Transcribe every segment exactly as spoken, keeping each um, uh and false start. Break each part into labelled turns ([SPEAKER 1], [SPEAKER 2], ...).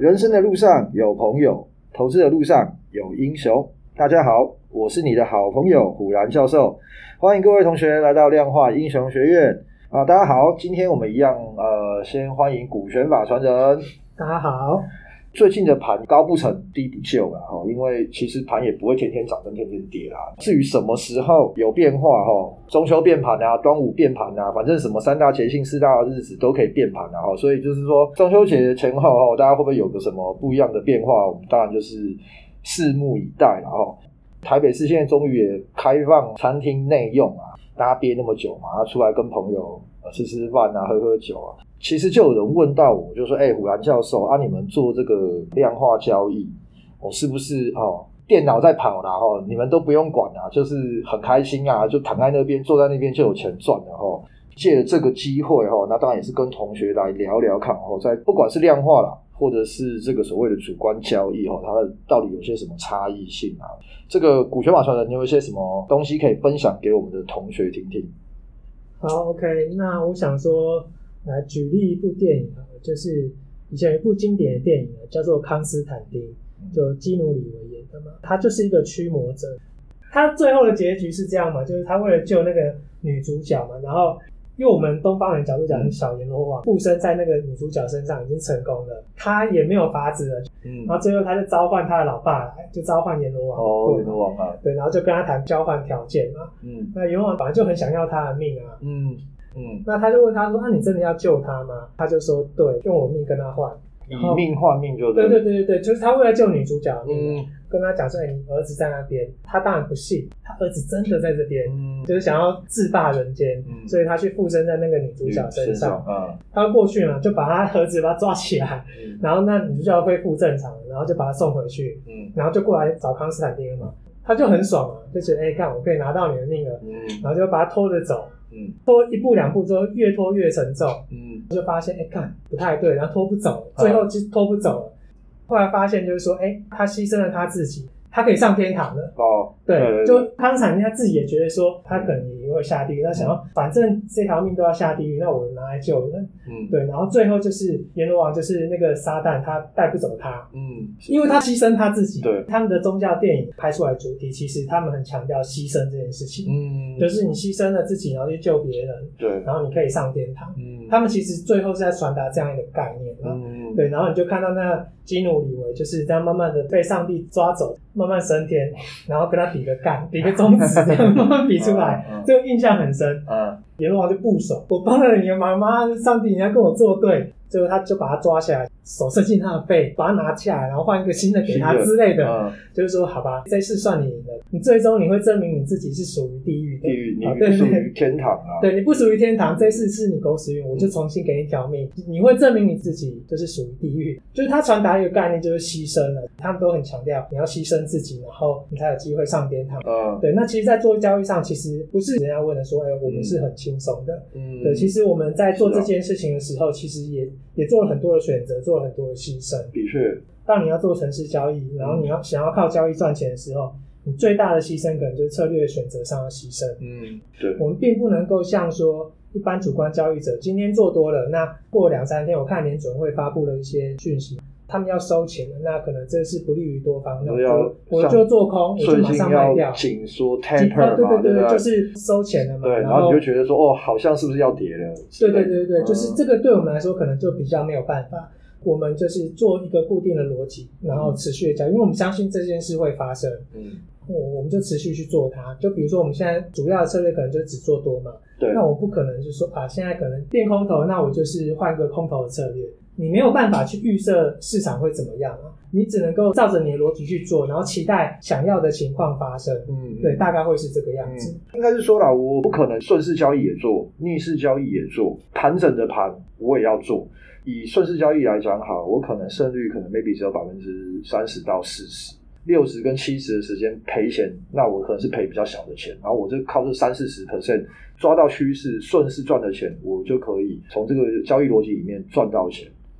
[SPEAKER 1] 人生的路上有朋友，投资的路上有英雄。大家好，我是你的好朋友虎然教授，欢迎各位同学来到量化英雄学院啊！大家好，今天我们一样呃，先欢迎股权法传人。
[SPEAKER 2] 大家好。
[SPEAKER 1] 最近的盘高不成低不就啦，因为其实盘也不会天天涨跟天天跌啦。至于什么时候有变化，中秋变盘啊，端午变盘啊，反正什么三大节庆四大日子都可以变盘啊。所以就是说中秋节前后大家会不会有个什么不一样的变化，我们当然就是拭目以待啦。台北市现在终于也开放餐厅内用啊，大家憋那么久嘛，出来跟朋友吃吃饭啊，喝喝酒啊。其实就有人问到我，就说：“哎、欸，虎然教授啊，你们做这个量化交易，我、哦、是不是哦电脑在跑啦？哦，你们都不用管啊，就是很开心啊，就躺在那边，坐在那边就有钱赚了哦。”借着这个机会哦，那当然也是跟同学来聊聊看哦，在不管是量化啦，或者是这个所谓的主观交易哦，它的到底有些什么差异性啊？这个股权法传人，你有一些什么东西可以分享给我们的同学听听？
[SPEAKER 2] 好 ，OK， 那我想说。来举例一部电影，就是以前有一部经典的电影叫做《康斯坦丁》，就基努里维演的嘛。他就是一个驱魔者，他最后的结局是这样嘛，就是他为了救那个女主角嘛，然后因为我们东方人角度讲是小阎罗王附身在那个女主角身上已经成功了，他也没有法子了，嗯，然后最后他就召唤他的老爸来，就召唤阎罗王，
[SPEAKER 1] 哦，阎罗王啊，
[SPEAKER 2] 对，然后就跟他谈交换条件嘛，嗯，那阎罗王本来就很想要他的命啊，嗯。嗯，那他就问他说：“那、啊、你真的要救他吗？”他就说：“对，用我命跟他换，
[SPEAKER 1] 以命换命就
[SPEAKER 2] 对。”对对对对，就是他为了救女主角的命、嗯，跟他讲说：“哎、欸，你儿子在那边。”他当然不信，他儿子真的在这边、嗯，就是想要自霸人间、嗯，所以他去附身在那个女主角身上。嗯、他过去嘛，就把他儿子把他抓起来、嗯，然后那女主角恢复正常，然后就把他送回去，嗯、然后就过来找康斯坦丁嘛，他就很爽嘛，就觉得哎，看、欸、我可以拿到你的命了，嗯、然后就把他拖着走。嗯，拖一步两步之后越拖越沉重，嗯，就发现哎，看不太对，然后拖不走，最后就拖不走了。后来发现就是说，哎，他牺牲了他自己，他可以上天堂了。哦，对，对对对，就康斯坦丁他自己也觉得说，他可能也会下地狱，他想要反正这条命都要下地狱，那我拿来救人。嗯，对，然后最后就是阎罗王，就是那个撒旦，他带不走他。嗯，因为他牺牲他自己。对，他们的宗教电影拍出来的主题，其实他们很强调牺牲这件事情。嗯，就是你牺牲了自己，然后去救别人。对，然后你可以上天堂。嗯，他们其实最后是在传达这样一个概念。嗯，对，然后你就看到那基努里维就是这样慢慢的被上帝抓走，慢慢升天，然后跟他比个干，比个中指，这样慢慢比出来，嗯嗯、这个印象很深。嗯，阎罗王就不爽，我帮了你的妈妈，上帝你要跟我作对，最后他就把他抓下来，手伸进他的背，把他拿下来，然后换一个新的给他之类的，嗯、就是说好吧，这次算你赢了，你最终你会证明你自己是属于地狱的，
[SPEAKER 1] 地狱你不属于天堂啊，
[SPEAKER 2] 对，你不属于天堂，这次是你狗屎运，我就重新给你一条命，你会证明你自己就是属于地狱，就是他传达一个概念就是牺牲了，他们都很强调你要牺牲自己，然后你才有机会上天堂。嗯，对，那其实在做交易上其实不是人家问的说哎、欸，我们是很轻松的，嗯，对，其实我们在做这件事情的时候其实也也做了很多的选择，做了很多的牺牲。
[SPEAKER 1] 的确，
[SPEAKER 2] 当你要做程式交易，然后你要想要靠交易赚钱的时候，你最大的牺牲可能就是策略的选择上的牺牲。嗯，对，我们并不能够像说一般主观交易者，今天做多了，那过两三天我看联准会发布了一些讯息，他们要收钱了，那可能这是不利于多方，那我就我就做空，我就马上卖掉。
[SPEAKER 1] 紧缩 taper 嘛，
[SPEAKER 2] 对对对对，就是收钱了嘛。
[SPEAKER 1] 对，然后你就觉得说，哦，好像是不是要跌了？
[SPEAKER 2] 对对对对，就是这个对我们来说可能就比较没有办法。我们就是做一个固定的逻辑，然后持续的交易，因为我们相信这件事会发生。嗯，我们就持续去做它。就比如说我们现在主要的策略可能就只做多嘛，对，那我不可能就说啊，现在可能变空头，那我就是换一个空头的策略。你没有办法去预设市场会怎么样啊，你只能够照着你的逻辑去做，然后期待想要的情况发生。嗯，对，大概会是这个样子。
[SPEAKER 1] 嗯、应该是说啦，我不可能顺势交易也做，逆势交易也做，盘整的盘我也要做。以顺势交易来讲好，我可能胜率可能 maybe 只有 百分之三十到四十，六十跟七十的时间赔钱，那我可能是赔比较小的钱，然后我就靠这 百分之三四十 抓到趋势顺势赚的钱，我就可以从这个交易逻辑里面赚到钱。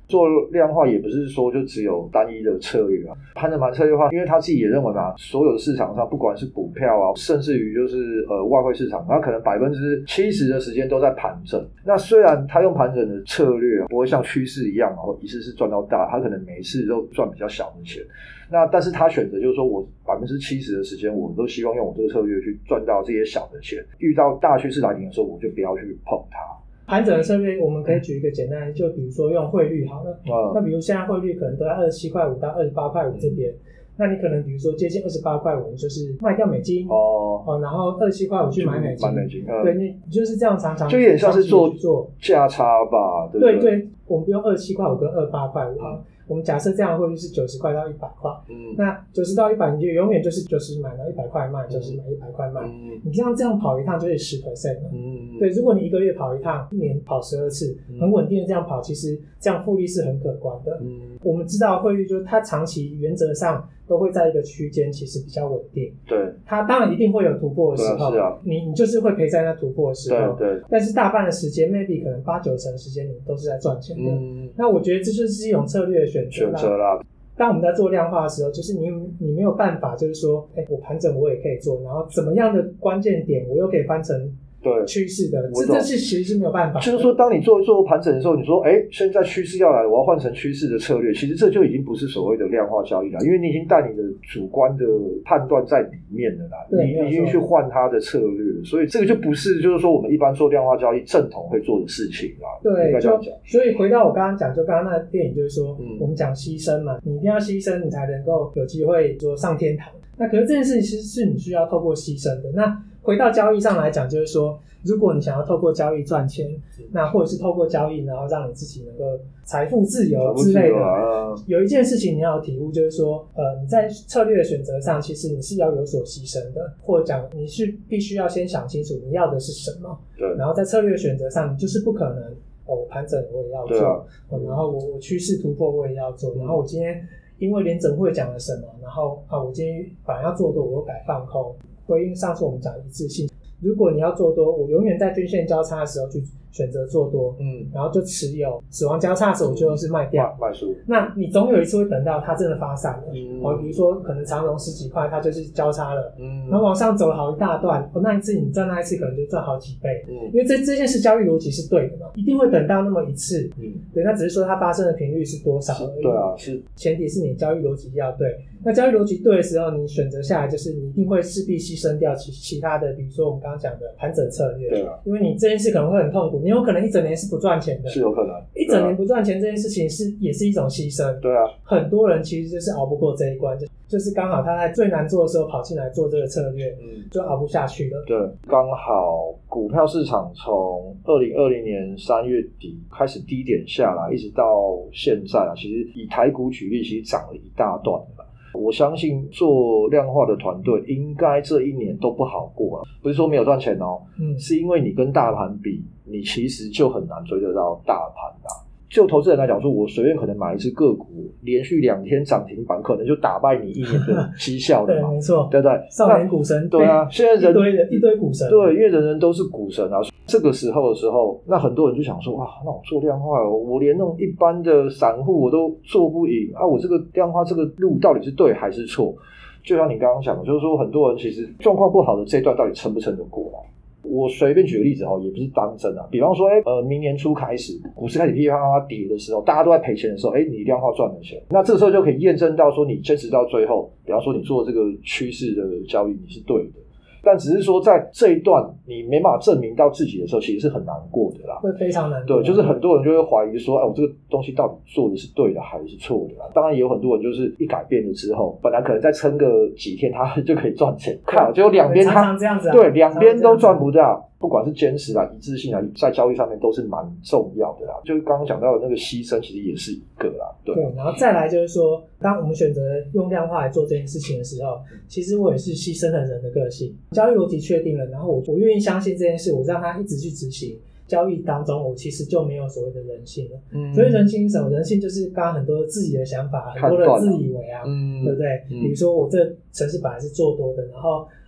[SPEAKER 1] 做量化也不是说就只有单一的策略啊，盘整盘策略的话，因为他自己也认为嘛，所有的市场上不管是股票啊，甚至于就是呃外汇市场，他可能百分之七十的时间都在盘整。那虽然他用盘整的策略不会像趋势一样哦，一次是赚到大，他可能每一次都赚比较小的钱。那但是他选择就是说我百分之七十的时间，我都希望用我这个策略去赚到这些小的钱。遇到大趋势来临的时候，我就不要去碰它。
[SPEAKER 2] 盘整的策略，我们可以举一个简单的，就比如说用汇率好了。嗯、那比如现在汇率可能都在二十七块五到二十八块五这边。嗯，那你可能比如说接近二十八块五，你就是卖掉美金哦，哦然后二十七块五去买美金，
[SPEAKER 1] 买美金，嗯、
[SPEAKER 2] 对，你你就是这样常常
[SPEAKER 1] 就有点像是做做价差吧，对不对？
[SPEAKER 2] 对对，我们不用二十七块五跟二十八块五哈。我们假设这样的汇率是九十块到一百块，嗯，那九十到一百，你就永远就是九十买到一百块卖，九十买一百块卖，嗯，你这样这样跑一趟就是 百分之十 了，嗯，对，如果你一个月跑一趟，一年跑十二次，很稳定的这样跑，其实这样复利是很可观的。嗯，我们知道汇率就是它长期原则上都会在一个区间，其实比较稳定。对，它当然一定会有突破的时候，是啊，你你就是会赔在那突破的时候，对对。但是大半的时间 ，maybe 可能八九成的时间你都是在赚钱的。嗯，那我觉得这就是一种策略的选择啦。选择啦。当我们在做量化的时候，就是你你没有办法，就是说，哎，我盘整我也可以做，然后怎么样的关键点我又可以翻成对趋势的，这这是其实是没有办法的。就是
[SPEAKER 1] 说，当你做做盘整的时候，你说，哎，现在趋势要来，我要换成趋势的策略，其实这就已经不是所谓的量化交易了，因为你已经带你的主观的判断在里面了啦，你已经去换它的策略，所以这个就不是就是说我们一般做量化交易正统会做的事情啦。
[SPEAKER 2] 对，应该这样讲。所以回到我刚刚讲，就刚刚那个电影，就是说，嗯、我们讲牺牲嘛，你一定要牺牲，你才能够有机会说上天堂。那可是这件事情其实是你需要透过牺牲的。那回到交易上来讲，就是说，如果你想要透过交易赚钱，那或者是透过交易，然后让你自己能够财富自由之类的，啊、有一件事情你要有体悟，就是说，呃，你在策略的选择上，其实你是要有所牺牲的，或者讲你是必须要先想清楚你要的是什么，对，然后在策略的选择上，你就是不可能，哦，我盘整我也要做，啊哦、然后我我趋势突破我也要做，嗯、然后我今天因为联准会讲了什么，然后啊，我今天本来要做多，我又改放空。回应上次我们讲一致性，如果你要做多，我永远在均线交叉的时候去选择做多，嗯，然后就持有，死亡交叉的时候我就是卖掉，卖出。那你总有一次会等到它真的发散了，嗯，哦，比如说可能长荣十几块，它就是交叉了，嗯，然后往上走了好一大段，哦，那一次你赚那一次可能就赚好几倍，嗯，因为这这件事交易逻辑是对的嘛，一定会等到那么一次，嗯，对，那只是说它发生的频率是多少而已，对啊，是，前提是你交易逻辑要对。那交易逻辑对的时候，你选择下来就是你一定会势必牺牲掉其其他的，比如说我们刚刚讲的盘整策略，对啊，因为你这件事可能会很痛苦，你有可能一整年是不赚钱的，
[SPEAKER 1] 是有可能，
[SPEAKER 2] 一整年不赚钱这件事情是也是一种牺牲，对啊，很多人其实就是熬不过这一关，就就是刚好他在最难做的时候跑进来做这个策略，嗯，就熬不下去了，对，
[SPEAKER 1] 刚好股票市场从二零二零年三月底开始低点下来，一直到现在啊，其实以台股举例，其实涨了一大段了。我相信做量化的团队应该这一年都不好过了，不是说没有赚钱哦，嗯，是因为你跟大盘比，你其实就很难追得到大盘啦。就投资人来讲说，我随便可能买一只个股，连续两天涨停板，可能就打败你一年的绩效的嘛，
[SPEAKER 2] 对，没错，
[SPEAKER 1] 对不对？
[SPEAKER 2] 少年股神，
[SPEAKER 1] 对啊，现在人
[SPEAKER 2] 一堆人一堆股神，
[SPEAKER 1] 对，因为人人都是股神啊。这个时候的时候，那很多人就想说啊，那我做量化，我连那种一般的散户我都做不赢啊，我这个量化这个路到底是对还是错？就像你刚刚讲的，就是说很多人其实状况不好的这一段到底撑不撑得过来？我随便举个例子哈，也不是当真啊。比方说，哎，呃，明年初开始，股市开始噼噼啪啪跌的时候，大家都在赔钱的时候，哎，你量化赚了钱，那这个时候就可以验证到说，你坚持到最后，比方说你做这个趋势的交易，你是对的。但只是说在这一段你没办法证明到自己的时候，其实是很难过的啦，
[SPEAKER 2] 会非常难过。
[SPEAKER 1] 对，就是很多人就会怀疑说，哎，我这个东西到底做的是对的还是错的啦？当然也有很多人就是一改变了之后，本来可能再撑个几天他就可以赚钱，靠，结果两边他
[SPEAKER 2] 常常这样子啊，
[SPEAKER 1] 对，两边都赚不到。不管是坚持啊、一致性啊，在交易上面都是蛮重要的啦。就是刚刚讲到的那个牺牲，其实也是一个啦。对，
[SPEAKER 2] 对，然后再来就是说，当我们选择用量化来做这件事情的时候，其实我也是牺牲了人的个性。交易逻辑确定了，然后我我愿意相信这件事，我让它一直去执行。交易当中，我其实就没有所谓的人性了。嗯，所以人性是什么？人性就是刚刚很多自己的想法，很多的自以为啊，嗯，对不对？嗯、比如说我这程式本来是做多的，然后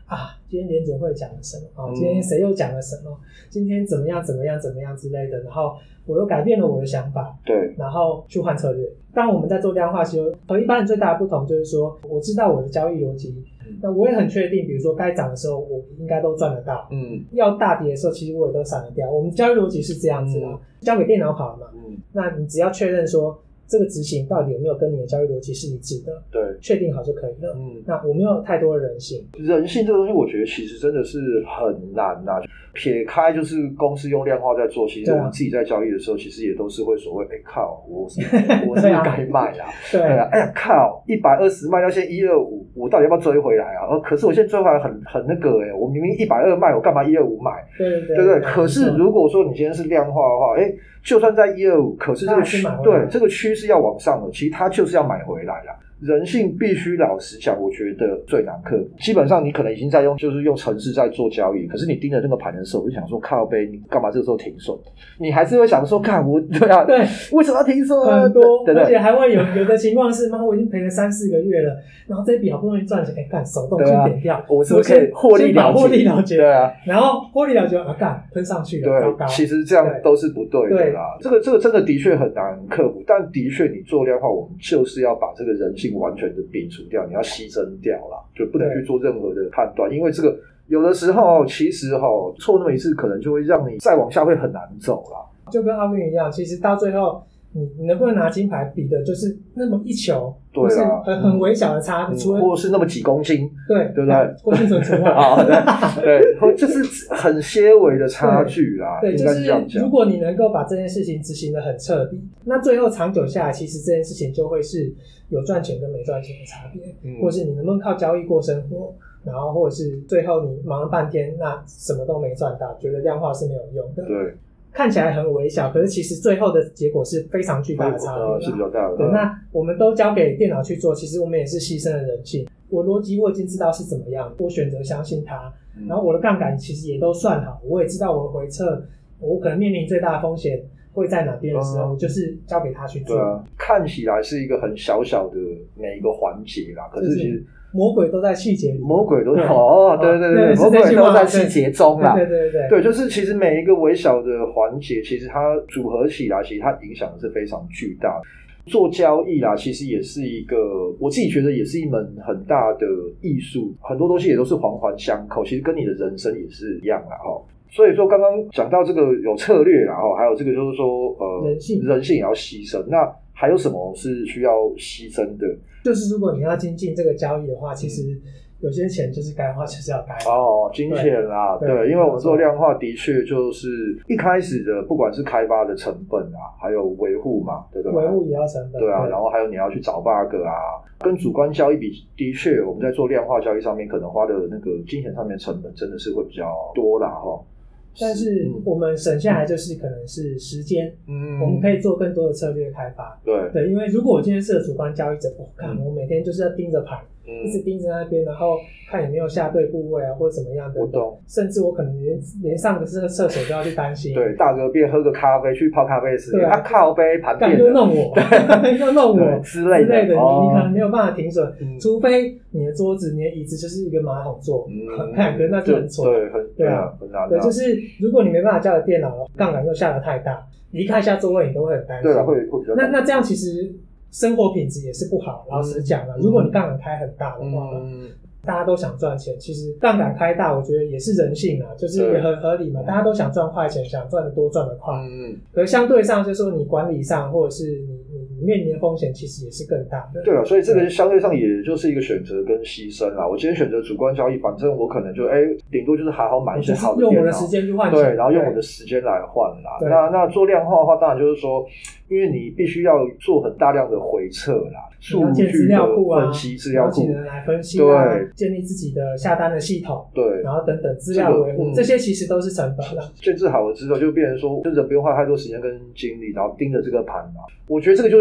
[SPEAKER 2] 啊，今天联准会讲了什么啊？今天谁又讲了什么？今天怎么样怎么样怎么样之类的，然后我又改变了我的想法，
[SPEAKER 1] 对，
[SPEAKER 2] 然后去换策略。当我们在做量化期货，和一般人最大的不同就是说，我知道我的交易逻辑，嗯、那我也很确定，比如说该涨的时候我应该都赚得到，嗯，要大跌的时候其实我也都闪得掉。我们交易逻辑是这样子啦，嗯、交给电脑跑了嘛，嗯，那你只要确认说这个执行到底有没有跟你的交易逻辑是一致的，对，确定好就可以了。嗯，那我没有太多的人性，
[SPEAKER 1] 人性这个东西，我觉得其实真的是很难呐、啊。撇开就是公司用量化在做，其实我们自己在交易的时候，其实也都是会所谓，哎、欸、靠，我是我是不是该卖啊？
[SPEAKER 2] 对
[SPEAKER 1] 啊，哎呀靠，一百二十卖要先一二五，我到底要不要追回来啊？呃，可是我现在追回来很很那个哎、欸，我明明一百二卖，我干嘛一二五买？
[SPEAKER 2] 对对对，
[SPEAKER 1] 对对。可是如果说你今天是量化的话，哎、欸，就算在一二五，可是这个趋对这个趋势要往上了，其实它就是要买回来啦。人性必须老实讲，我觉得最难克服。基本上你可能已经在用，就是用程式在做交易，可是你盯着那个盘的时候，我就想说靠北，你干嘛这个时候停损？你还是会想说，看我对啊，
[SPEAKER 2] 对，
[SPEAKER 1] 为什么要停损？
[SPEAKER 2] 很多，
[SPEAKER 1] 对对，
[SPEAKER 2] 而且还会有有的情况是，妈，我已经赔了三四个月了，然后这一笔好不容易赚钱，哎，干手动去点掉，
[SPEAKER 1] 啊、我是不是可以获利了结？
[SPEAKER 2] 获利了结，
[SPEAKER 1] 对啊，
[SPEAKER 2] 然后获利了结啊，干喷上去了，糟糕。
[SPEAKER 1] 其实这样都是不对的啦。这个这个真的的确很难克服，但的确你做量化，我们就是要把这个人性完全的摒除掉，你要牺牲掉啦，就不能去做任何的判断，因为这个有的时候其实哈错那么一次，可能就会让你再往下会很难走啦。
[SPEAKER 2] 就跟奥运一样，其实到最后你你能不能拿金牌，比的就是那么一球，
[SPEAKER 1] 对啊，
[SPEAKER 2] 是很很微小的差别，除了
[SPEAKER 1] 或是那么几公斤，
[SPEAKER 2] 对
[SPEAKER 1] 对不对？
[SPEAKER 2] 过去存除外
[SPEAKER 1] 啊，对对，就是很些微的差距啦，
[SPEAKER 2] 对，
[SPEAKER 1] 应该是这样讲。
[SPEAKER 2] 就是如果你能够把这件事情执行得很彻底，那最后长久下来，其实这件事情就会是有赚钱跟没赚钱的差别，嗯、或是你能不能靠交易过生活，然后或者是最后你忙了半天，那什么都没赚到，觉得量化是没有用的。
[SPEAKER 1] 对。
[SPEAKER 2] 看起来很微小，可是其实最后的结果是非常巨大的差别、
[SPEAKER 1] 呃，是比较大的。
[SPEAKER 2] 对，那我们都交给电脑去做，其实我们也是牺牲了人性。我逻辑我已经知道是怎么样，我选择相信它，嗯、然后我的杠杆其实也都算好，我也知道我的回撤，我可能面临最大的风险会在哪边的时候，嗯、我就是交给他去做。
[SPEAKER 1] 对啊，看起来是一个很小小的每一个环节啦，可是其实。
[SPEAKER 2] 魔鬼都在细节里，
[SPEAKER 1] 魔鬼都在哦，对对 对, 对，魔鬼都在细节中啦。
[SPEAKER 2] 对对对
[SPEAKER 1] 对, 对，就是其实每一个微小的环节，其实它组合起来，其实它影响是非常巨大的。做交易啦，其实也是一个我自己觉得也是一门很大的艺术，很多东西也都是环环相扣，其实跟你的人生也是一样啦齁。所以说刚刚讲到这个有策略啦齁，还有这个就是说呃
[SPEAKER 2] 人性
[SPEAKER 1] 人性也要牺牲，那还有什么是需要牺牲的？
[SPEAKER 2] 就是如果你要精进这个交易的话，其实有些钱就是该花就是要该花
[SPEAKER 1] 哦，金钱啦， 对, 对，因为我们做量化的确就是一开始的不管是开发的成本啊，还有维护嘛，对不对？
[SPEAKER 2] 维护也要成本，
[SPEAKER 1] 对啊，对，然后还有你要去找 bug 啊，跟主观交易比，的确我们在做量化交易上面可能花的那个金钱上面成本真的是会比较多啦齁。
[SPEAKER 2] 但是我们省下来就是可能是时间，嗯，我们可以做更多的策略开发。
[SPEAKER 1] 对对，
[SPEAKER 2] 因为如果我今天是个主观交易者，我看我每天就是要盯着盘，嗯、一直盯着那边，然后看有没有下对部位啊，或者怎么样的。
[SPEAKER 1] 我懂。甚
[SPEAKER 2] 至我可能连连上个厕厕所都要去担心。
[SPEAKER 1] 对，大个便喝个咖啡，去泡咖啡室，对啊，靠杯盘变
[SPEAKER 2] 又弄我，又弄我
[SPEAKER 1] 之类的，
[SPEAKER 2] 之类的，
[SPEAKER 1] 哦、
[SPEAKER 2] 你你可能没有办法停损，嗯、除非你的桌子、你的椅子就是一个马桶座，嗯、看，可是那就很蠢，
[SPEAKER 1] 对，很对啊，很难。
[SPEAKER 2] 对，就是如果你没办法叫电脑，杠杆又下得太大，离开一下座位，你都会很担心。
[SPEAKER 1] 对啊，会会比较。
[SPEAKER 2] 那那这样其实生活品质也是不好。老实讲啦，嗯、如果你杠杆开很大的话。嗯大家都想赚钱，其实杠杆开大，我觉得也是人性啊，就是也很合理嘛。大家都想赚快钱，想赚得多，赚得快。嗯，可是相对上，就是说你管理上，或者是你你面临的风险，其实也是更大的。
[SPEAKER 1] 对啊，所以这个相对上也就是一个选择跟牺牲啦。我今天选择主观交易，反正我可能就哎，顶多就是好好买一些好的电脑，
[SPEAKER 2] 用我的时间去换钱，
[SPEAKER 1] 对，然后用我的时间来换啦。那那做量化的话，当然就是说，因为你必须要做很大量的回测啦，数据的分析、资料库
[SPEAKER 2] 来分析，对。建立自己的下单的系统，
[SPEAKER 1] 对，
[SPEAKER 2] 然后等等资料维护，这个嗯、这些其实都是成本啦。
[SPEAKER 1] 建制好了之后，就变成说，就人不用花太多时间跟精力，然后盯着这个盘嘛。我觉得这个就是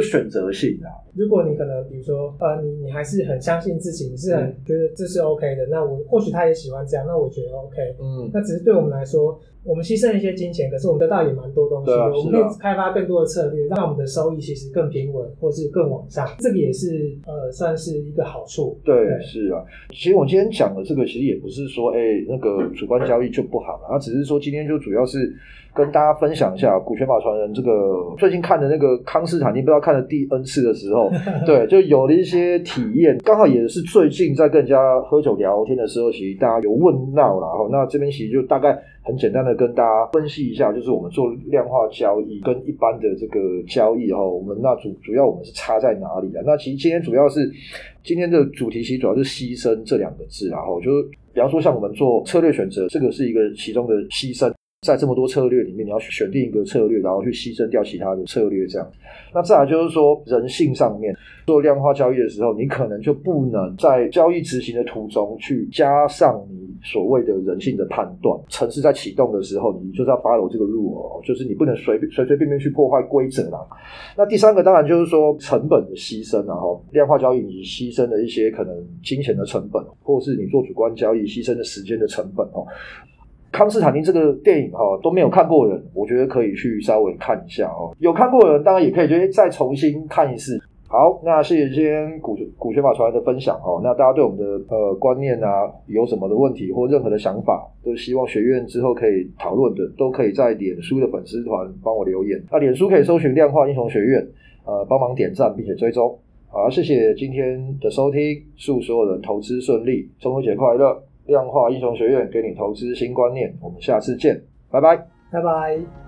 [SPEAKER 1] 选择性啊。
[SPEAKER 2] 如果你可能比如说呃你你还是很相信自己，你是很觉得这是 OK 的，那我或许他也喜欢这样，那我觉得 OK。嗯，那只是对我们来说，我们牺牲一些金钱，可是我们得到也蛮多东西的。啊、我们可以开发更多的策略，让我们的收益其实更平稳，或是更往上。这个也是呃算是一个好处。
[SPEAKER 1] 对，对是啊。其实我今天讲的这个，其实也不是说哎、欸、那个主观交易就不好了，它只是说今天就主要是跟大家分享一下股权法传人这个最近看的那个康斯坦丁，不知道看了第 N 次的时候，对，就有了一些体验。刚好也是最近在跟人家喝酒聊天的时候，其实大家有问到啦。那这边其实就大概很简单的跟大家分析一下，就是我们做量化交易跟一般的这个交易哈，我们那主主要我们是差在哪里啊？那其实今天主要是今天的主题，其实主要是牺牲这两个字，然后就是比方说像我们做策略选择，这个是一个其中的牺牲。在这么多策略里面，你要选定一个策略，然后去牺牲掉其他的策略这样。那再来就是说人性上面，做量化交易的时候，你可能就不能在交易执行的途中去加上你所谓的人性的判断。程式在启动的时候，你就是要 follow 这个 rule， 就是你不能随随随便便去破坏规则啦。那第三个当然就是说成本的牺牲，然后量化交易你牺牲了一些可能金钱的成本，或是你做主观交易牺牲的时间的成本哦。康斯坦丁这个电影齁都没有看过的人，我觉得可以去稍微看一下哦。有看过的人当然也可以就再重新看一次。好，那谢谢今天股股权法传人的分享哦。那大家对我们的呃观念啊有什么的问题或任何的想法，都希望学院之后可以讨论的，都可以在脸书的粉丝团帮我留言。那脸书可以搜寻量化英雄学院，呃帮忙点赞并且追踪。好，谢谢今天的收听，祝所有人投资顺利，中秋节快乐！量化英雄学院给你投资新观念，我们下次见，拜拜，
[SPEAKER 2] 拜拜。